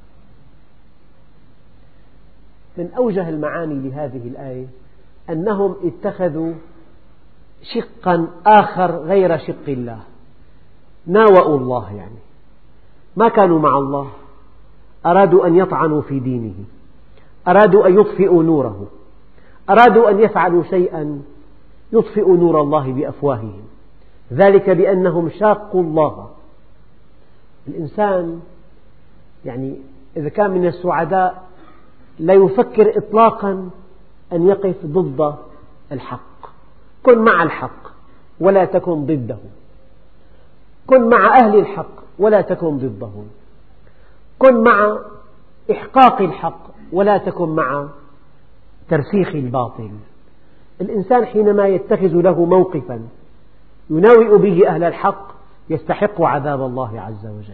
من أوجه المعاني لهذه الآية أنهم اتخذوا شقا آخر غير شق الله، ناوأوا الله، يعني ما كانوا مع الله، أرادوا أن يطعنوا في دينه، أرادوا أن يطفئوا نوره، أرادوا أن يفعلوا شيئا يطفئ نور الله بأفواههم. ذلك بأنهم شاقوا الله. الإنسان يعني إذا كان من السعداء لا يفكر إطلاقا أن يقف ضد الحق. كن مع الحق ولا تكن ضده، كن مع أهل الحق ولا تكن ضدهم، كن مع إحقاق الحق ولا تكن مع ترسيخ الباطل. الإنسان حينما يتخذ له موقفا يناوئ به أهل الحق يستحق عذاب الله عز وجل.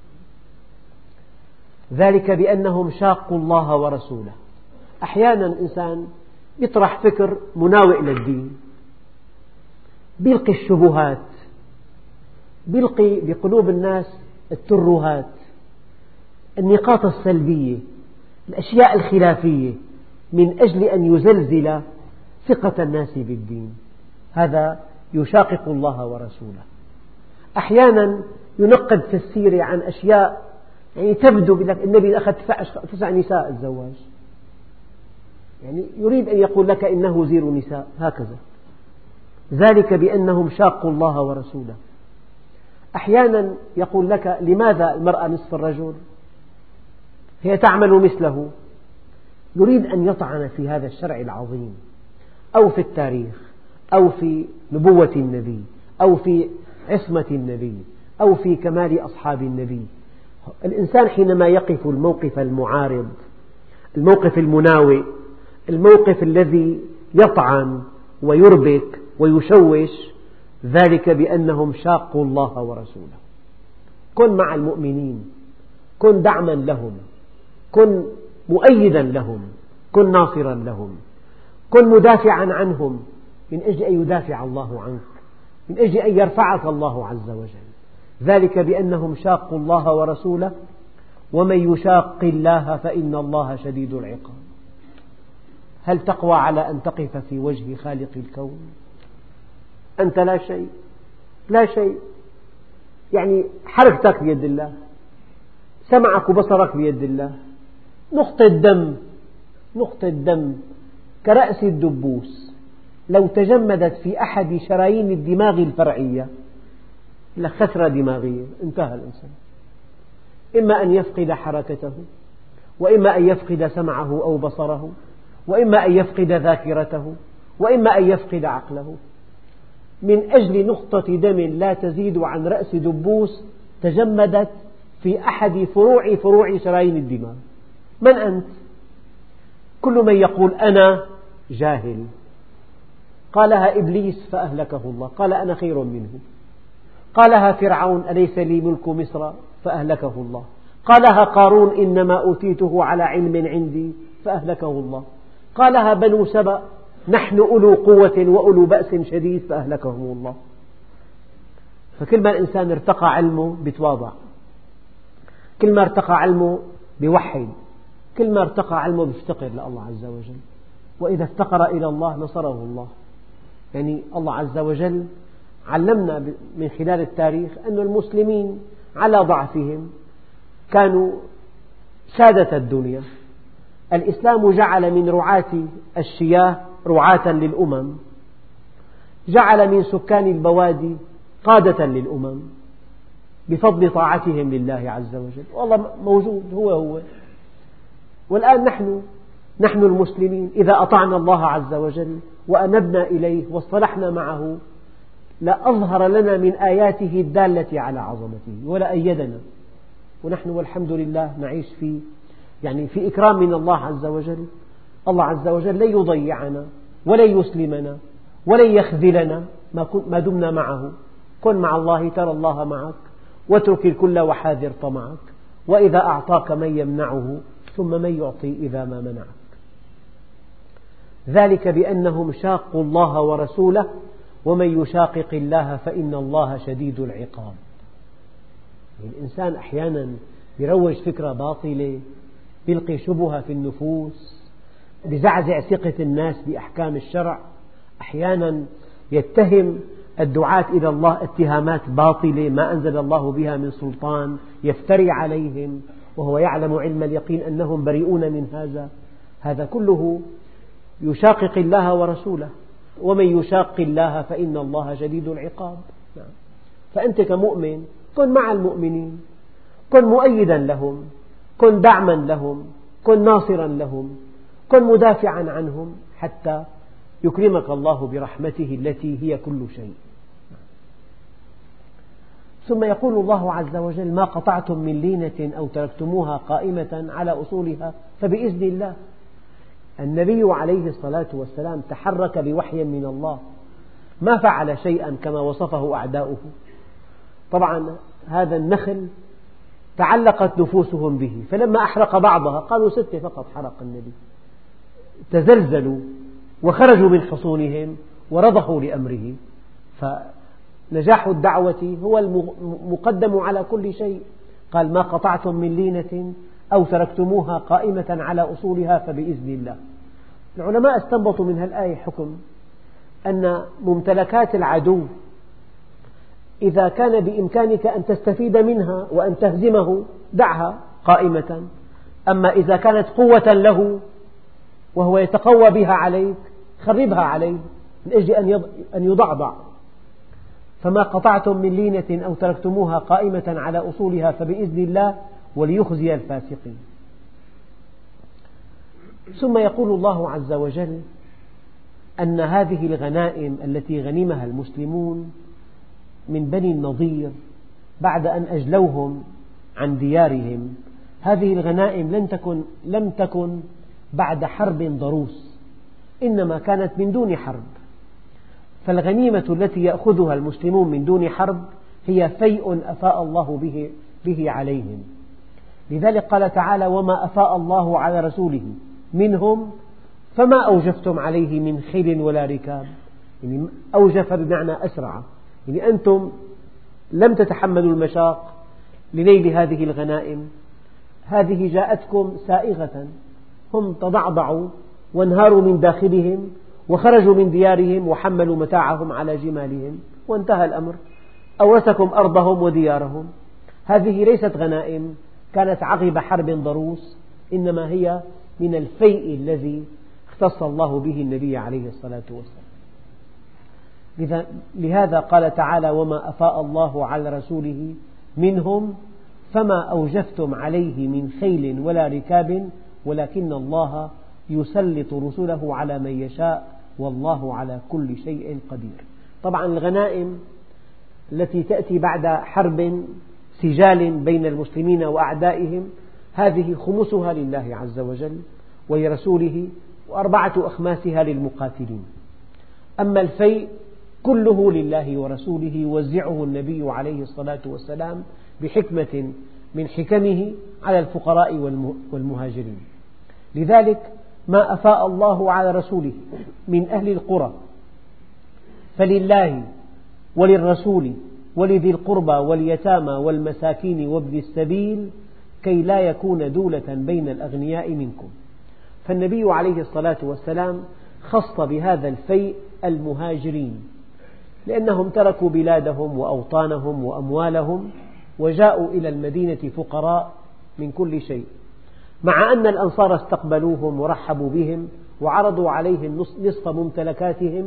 ذلك بأنهم شاقوا الله ورسوله. أحيانا الإنسان يطرح فكر مناوئ للدين، بيلقي الشبهات، بيلقي بقلوب الناس الترهات، النقاط السلبية، الأشياء الخلافية، من أجل أن يزلزل ثقة الناس بالدين. هذا يشاقق الله ورسوله. أحيانا ينقد في السيرة عن أشياء يعني تبدو لك النبي أخذ 9 نساء الزواج، يعني يريد أن يقول لك إنه زير نساء هكذا. ذلك بأنهم شاقوا الله ورسوله. أحيانا يقول لك لماذا المرأة نصف الرجل؟ هي تعمل مثله. يريد أن يطعن في هذا الشرع العظيم، أو في التاريخ، أو في نبوة النبي، أو في عصمة النبي، أو في كمال أصحاب النبي. الإنسان حينما يقف الموقف المعارض، الموقف المناوئ، الموقف الذي يطعن ويربك ويشوش، ذلك بأنهم شاقوا الله ورسوله. كن مع المؤمنين، كن دعما لهم، كن مؤيدا لهم، كن ناصرا لهم، كن مدافعا عنهم من أجل أن يدافع الله عنك، من أجل أن يرفعك الله عز وجل. ذلك بأنهم شاقوا الله ورسوله، ومن يشاق الله فإن الله شديد العقاب. هل تقوى على أن تقف في وجه خالق الكون؟ أنت لا شيء، لا شيء، يعني حركتك بيد الله، سمعك وبصرك بيد الله. نقطة دم كرأس الدبوس لو تجمدت في أحد شرايين الدماغ الفرعية لخسرة دماغية، انتهى الإنسان. إما أن يفقد حركته، وإما أن يفقد سمعه أو بصره، وإما أن يفقد ذاكرته، وإما أن يفقد عقله، من أجل نقطة دم لا تزيد عن رأس دبوس تجمدت في أحد فروع شرايين الدماغ. من أنت؟ كل من يقول أنا جاهل. قالها إبليس فأهلكه الله، قال أنا خير منه. قالها فرعون أليس لي ملك مصر فأهلكه الله. قالها قارون إنما أوتيته على علم عندي فأهلكه الله. قالها بنو سبأ نحن أولو قوة وأولو بأس شديد فأهلكهم الله. فكل ما الإنسان ارتقى علمه بيتواضع، كل ما ارتقى علمه بيوحد، كل ما ارتقى علمه بيفتقر لله عز وجل. وإذا افتقر إلى الله نصره الله. يعني الله عز وجل علمنا من خلال التاريخ أن المسلمين على ضعفهم كانوا سادة الدنيا. الإسلام جعل من رعاة الشياه رعاة للأمم. جعل من سكان البوادي قادة للأمم بفضل طاعتهم لله عز وجل، والله موجود هو. والآن نحن المسلمين إذا أطعنا الله عز وجل وأنبنا إليه واصطلحنا معه لأظهر لنا من آياته الدالة على عظمته ولا أيدنا، ونحن والحمد لله نعيش في إكرام من الله عز وجل. الله عز وجل لن يضيعنا ولن يسلمنا ولن يخذلنا ما دمنا معه. كن مع الله ترى الله معك، واترك الكل وحاذر طمعك، وإذا أعطاك من يمنعه ثم من يعطي إذا ما منعك. ذلك بأنهم شاقوا الله ورسوله ومن يشاقق الله فإن الله شديد العقاب. الإنسان أحيانا يروج فكرة باطلة، يلقي شبهة في النفوس، يزعزع ثقة الناس بأحكام الشرع، أحيانا يتهم الدعاة إلى الله اتهامات باطلة ما أنزل الله بها من سلطان، يفتري عليهم وهو يعلم علم اليقين أنهم بريئون من هذا كله يشاقق الله ورسوله، ومن يشاق الله فإن الله شديد العقاب. فأنت كمؤمن كن مع المؤمنين، كن مؤيدا لهم، كن دعما لهم، كن ناصرا لهم، كن مدافعا عنهم حتى يكرمك الله برحمته التي هي كل شيء. ثم يقول الله عز وجل: ما قطعتم من لينة أو تركتموها قائمة على أصولها فبإذن الله. النبي عليه الصلاة والسلام تحرك بوحي من الله، ما فعل شيئا كما وصفه أعداؤه. طبعا هذا النخل تعلقت نفوسهم به، فلما أحرق بعضها قالوا 6 فقط حرق النبي، تزلزلوا وخرجوا من حصونهم ورضخوا لأمره. فنجاح الدعوة هو المقدم على كل شيء. قال: ما قطعتم من لينة أو تركتموها قائمة على أصولها فبإذن الله. العلماء استنبطوا من الآية حكم أن ممتلكات العدو إذا كان بإمكانك أن تستفيد منها وأن تهزمه دعها قائمة، أما إذا كانت قوة له وهو يتقوى بها عليك خربها عليه من أجل أن يضعضع. فما قطعتم من لينة أو تركتموها قائمة على أصولها فبإذن الله وليخزي الفاسقين. ثم يقول الله عز وجل أن هذه الغنائم التي غنمها المسلمون من بني النضير بعد أن أجلوهم عن ديارهم، هذه الغنائم لم تكن بعد حرب ضروس، إنما كانت من دون حرب. فالغنيمة التي يأخذها المسلمون من دون حرب هي فيء أفاء الله به عليهم. لذلك قال تعالى: وما أفاء الله على رسوله منهم فما أوجفتم عليه من خيل ولا ركاب. يعني أوجف بمعنى أسرع، يعني أنتم لم تتحملوا المشاق لنيل هذه الغنائم، هذه جاءتكم سائغة، هم تضعضعوا وانهاروا من داخلهم وخرجوا من ديارهم وحملوا متاعهم على جمالهم وانتهى الأمر، أورثكم أرضهم وديارهم. هذه ليست غنائم كانت عقب حرب ضروس، إنما هي من الفيء الذي اختص الله به النبي عليه الصلاة والسلام. لهذا قال تعالى: وما أفاء الله على رسوله منهم فما أوجفتم عليه من خيل ولا ركاب ولكن الله يسلط رسله على من يشاء والله على كل شيء قدير. طبعا الغنائم التي تأتي بعد حرب سجال بين المسلمين وأعدائهم هذه خمسها لله عز وجل ولرسوله و4 أخماسها للمقاتلين. أما الفيء كله لله ورسوله يوزعه النبي عليه الصلاة والسلام بحكمة من حكمه على الفقراء والمهاجرين. لذلك ما أفاء الله على رسوله من أهل القرى فلله وللرسول ولذي القربى واليتامى والمساكين وابن السبيل كي لا يكون دولة بين الأغنياء منكم. فالنبي عليه الصلاة والسلام خص بهذا الفيء المهاجرين، لأنهم تركوا بلادهم وأوطانهم وأموالهم وجاءوا إلى المدينة فقراء من كل شيء، مع أن الأنصار استقبلوهم ورحبوا بهم وعرضوا عليهم نصف ممتلكاتهم،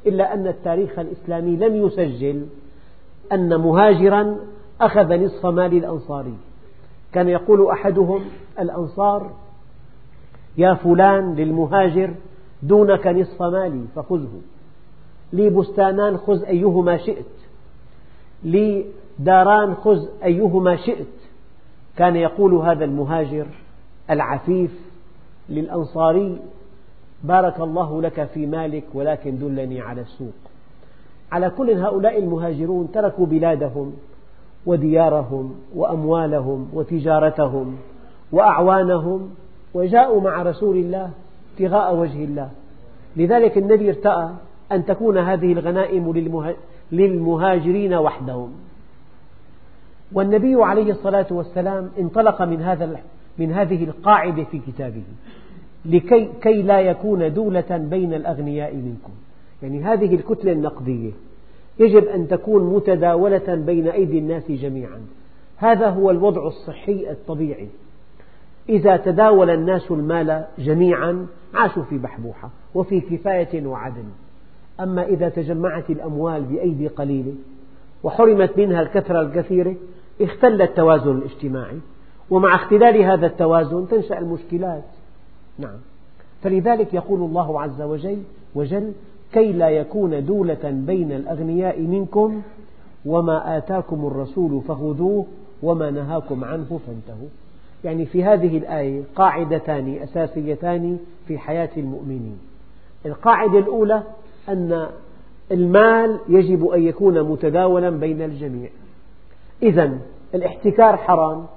إلا أن التاريخ الإسلامي لم يسجل أن مهاجرا أخذ نصف مال الأنصاري. كان يقول أحدهم: الأنصار يا فلان للمهاجر دونك نصف مالي فخذه، لي بستانان خذ أيهما شئت، لي داران خذ أيهما شئت. كان يقول هذا المهاجر العفيف للأنصاري: بارك الله لك في مالك ولكن دلني على السوق. على كل هؤلاء المهاجرون تركوا بلادهم وديارهم وأموالهم وتجارتهم وأعوانهم وجاءوا مع رسول الله ابتغاء وجه الله. لذلك النبي ارتأى أن تكون هذه الغنائم للمهاجرين وحدهم. والنبي عليه الصلاة والسلام انطلق من هذه القاعدة في كتابه كي لا يكون دولة بين الأغنياء منكم. يعني هذه الكتلة النقدية يجب أن تكون متداولة بين أيدي الناس جميعا. هذا هو الوضع الصحي الطبيعي. إذا تداول الناس المال جميعا عاشوا في بحبوحة وفي كفاية وعدل. أما إذا تجمعت الأموال بأيدي قليلة وحرمت منها الكثرة الكثيرة اختل التوازن الاجتماعي، ومع اختلال هذا التوازن تنشأ المشكلات. نعم، فلذلك يقول الله عز وجل: كي لا يكون دولة بين الأغنياء منكم وما آتاكم الرسول فخذوه وما نهاكم عنه فانتهوا. يعني في هذه الآية قاعدتان أساسيتان في حياة المؤمنين. القاعدة الأولى أن المال يجب أن يكون متداولا بين الجميع. إذن الاحتكار حرام،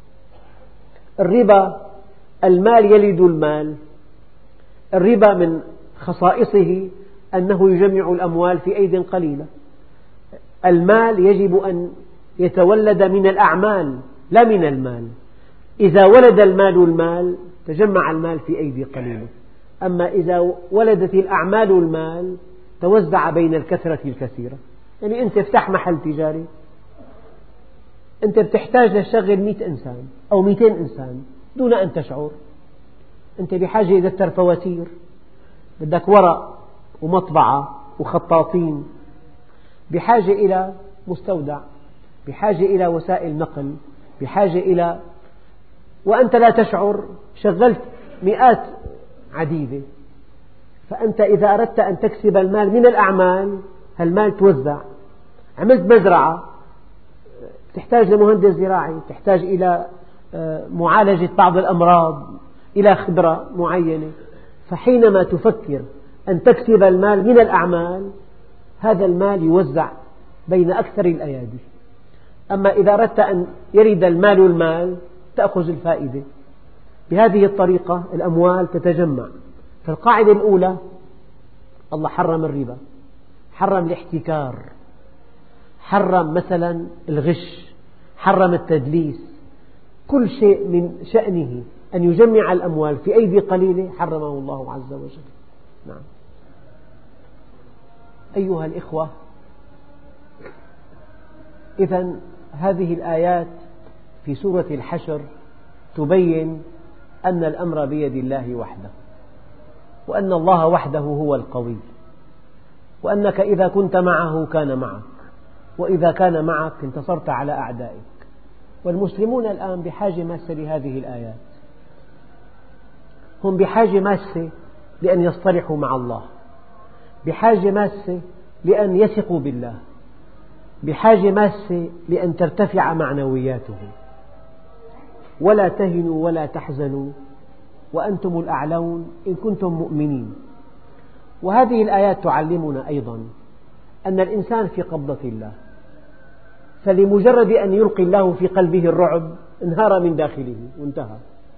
الربا المال يلد المال، الربا من خصائصه أنه يجمع الأموال في أيد قليلة. المال يجب أن يتولد من الأعمال لا من المال. إذا ولد المال تجمع المال في أيدي قليلة. أما إذا ولدت الأعمال المال توزع بين الكثرة الكثيرة. يعني أنت افتح محل تجاري، أنت بتحتاج لتشغل 100 إنسان أو 200 إنسان دون أن تشعر. أنت بحاجة إلى دفتر فواتير، بدك ورق ومطبعة وخطاطين، بحاجة إلى مستودع، بحاجة إلى وسائل نقل، بحاجة إلى، وأنت لا تشعر شغلت مئات عديدة. فأنت إذا أردت أن تكسب المال من الأعمال هالمال توزع. عملت مزرعة تحتاج لمهندس زراعي، تحتاج إلى معالجة بعض الأمراض، إلى خبرة معينة. فحينما تفكر أن تكسب المال من الأعمال هذا المال يوزع بين أكثر الأيادي. أما إذا أردت أن يرد المال تأخذ الفائدة. بهذه الطريقة الأموال تتجمع. فالقاعدة الأولى: الله حرم الربا، حرم الاحتكار، حرم مثلا الغش، حرم التدليس. كل شيء من شأنه أن يجمع الأموال في أيدي قليلة حرمه الله عز وجل. نعم. أيها الإخوة، إذن هذه الآيات في سورة الحشر تبين أن الأمر بيد الله وحده، وأن الله وحده هو القوي، وأنك إذا كنت معه كان معك، وإذا كان معك انتصرت على أعدائك. والمسلمون الآن بحاجة ماسة لهذه الآيات. هم بحاجة ماسة لأن يصطلحوا مع الله، بحاجة ماسة لأن يثقوا بالله، بحاجة ماسة لأن ترتفع معنوياتهم. ولا تهنوا ولا تحزنوا وأنتم الأعلون إن كنتم مؤمنين. وهذه الآيات تعلمنا أيضا أن الإنسان في قبضة الله، فلمجرد أن يلقي الله في قلبه الرعب انهار من داخله وانتهى.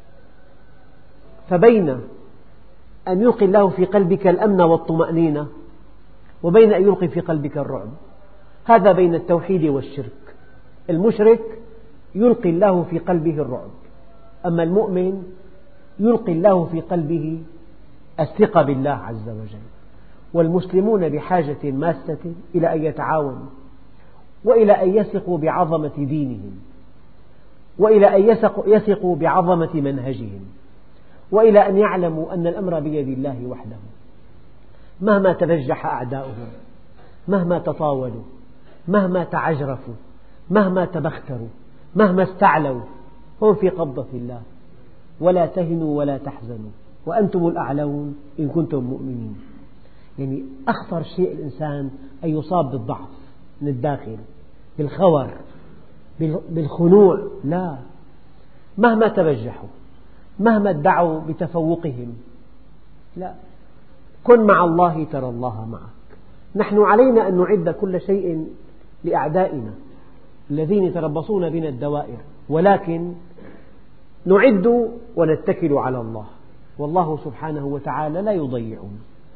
فبين أن يلقي الله في قلبك الأمن والطمأنينة وبين أن يلقي في قلبك الرعب، هذا بين التوحيد والشرك. المشرك يلقي الله في قلبه الرعب، أما المؤمن يلقي الله في قلبه الثقة بالله عز وجل. والمسلمون بحاجة ماسة إلى أن يتعاونوا، وإلى أن يثقوا بعظمة دينهم، وإلى أن يثقوا بعظمة منهجهم، وإلى أن يعلموا أن الأمر بيد الله وحده. مهما تبجح أعداؤهم، مهما تطاولوا، مهما تعجرفوا، مهما تبختروا، مهما استعلوا، هم في قبضة الله. ولا تهنوا ولا تحزنوا وأنتم الأعلون إن كنتم مؤمنين. يعني أخطر شيء الإنسان أن يصاب بالضعف من الداخل، بالخور، بالخنوع. لا، مهما تبجحوا، مهما ادعوا بتفوقهم، لا، كن مع الله ترى الله معك. نحن علينا أن نعد كل شيء لأعدائنا الذين يتربصون بنا الدوائر، ولكن نعد ونتكل على الله، والله سبحانه وتعالى لا يضيعنا.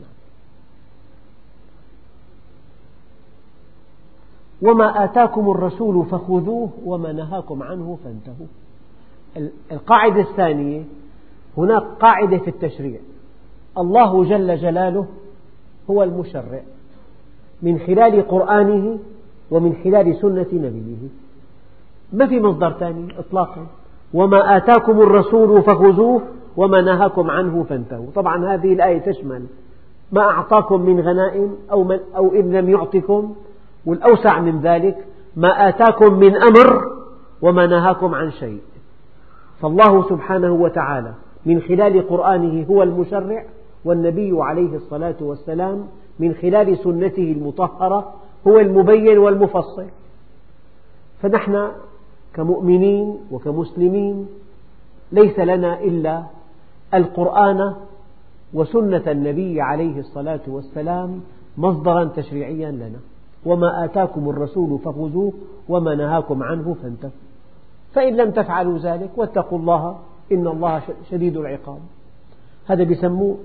وما آتاكم الرسول فخذوه وما نهاكم عنه فانتهوا. القاعدة الثانية، هناك قاعدة في التشريع، الله جل جلاله هو المشرع من خلال قرآنه ومن خلال سنة نبيه، ما في مصدر ثاني إطلاقا. وما آتاكم الرسول فخذوه وما نهاكم عنه فانتهوا. طبعا هذه الآية تشمل ما أعطاكم من غنائم أو إن لم يعطكم، والأوسع من ذلك ما آتاكم من أمر وما نهاكم عن شيء. فالله سبحانه وتعالى من خلال قرآنه هو المشرع، والنبي عليه الصلاة والسلام من خلال سنته المطهرة هو المبين والمفصل. فنحن كمؤمنين وكمسلمين ليس لنا إلا القرآن وسنة النبي عليه الصلاة والسلام مصدرا تشريعيا لنا. وما آتاكم الرسول فخذوه وما نهاكم عنه فانتهوا. فإن لم تفعلوا ذلك واتقوا الله إن الله شديد العقاب. هذا يسموه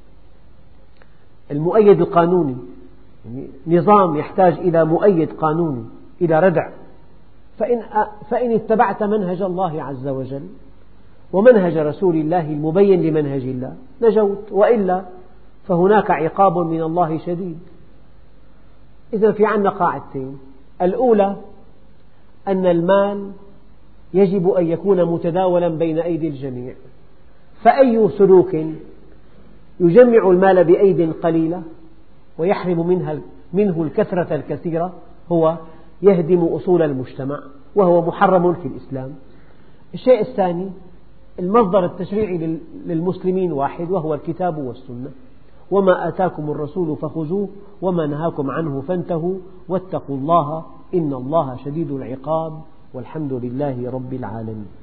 المؤيد القانوني، يعني نظام يحتاج إلى مؤيد قانوني، إلى ردع. فإن اتبعت منهج الله عز وجل ومنهج رسول الله المبين لمنهج الله نجوت، وإلا فهناك عقاب من الله شديد. إذا في عندنا قاعدتين: الأولى أن المال يجب أن يكون متداولا بين أيدي الجميع، فأي سلوك يجمع المال بأيد قليلة ويحرم منه الكثرة الكثيرة هو يهدم أصول المجتمع، وهو محرم في الإسلام. الشيء الثاني، المصدر التشريعي للمسلمين واحد، وهو الكتاب والسنة. وما آتاكم الرسول فخذوه وما نهاكم عنه فانتهوا واتقوا الله إن الله شديد العقاب والحمد لله رب العالمين.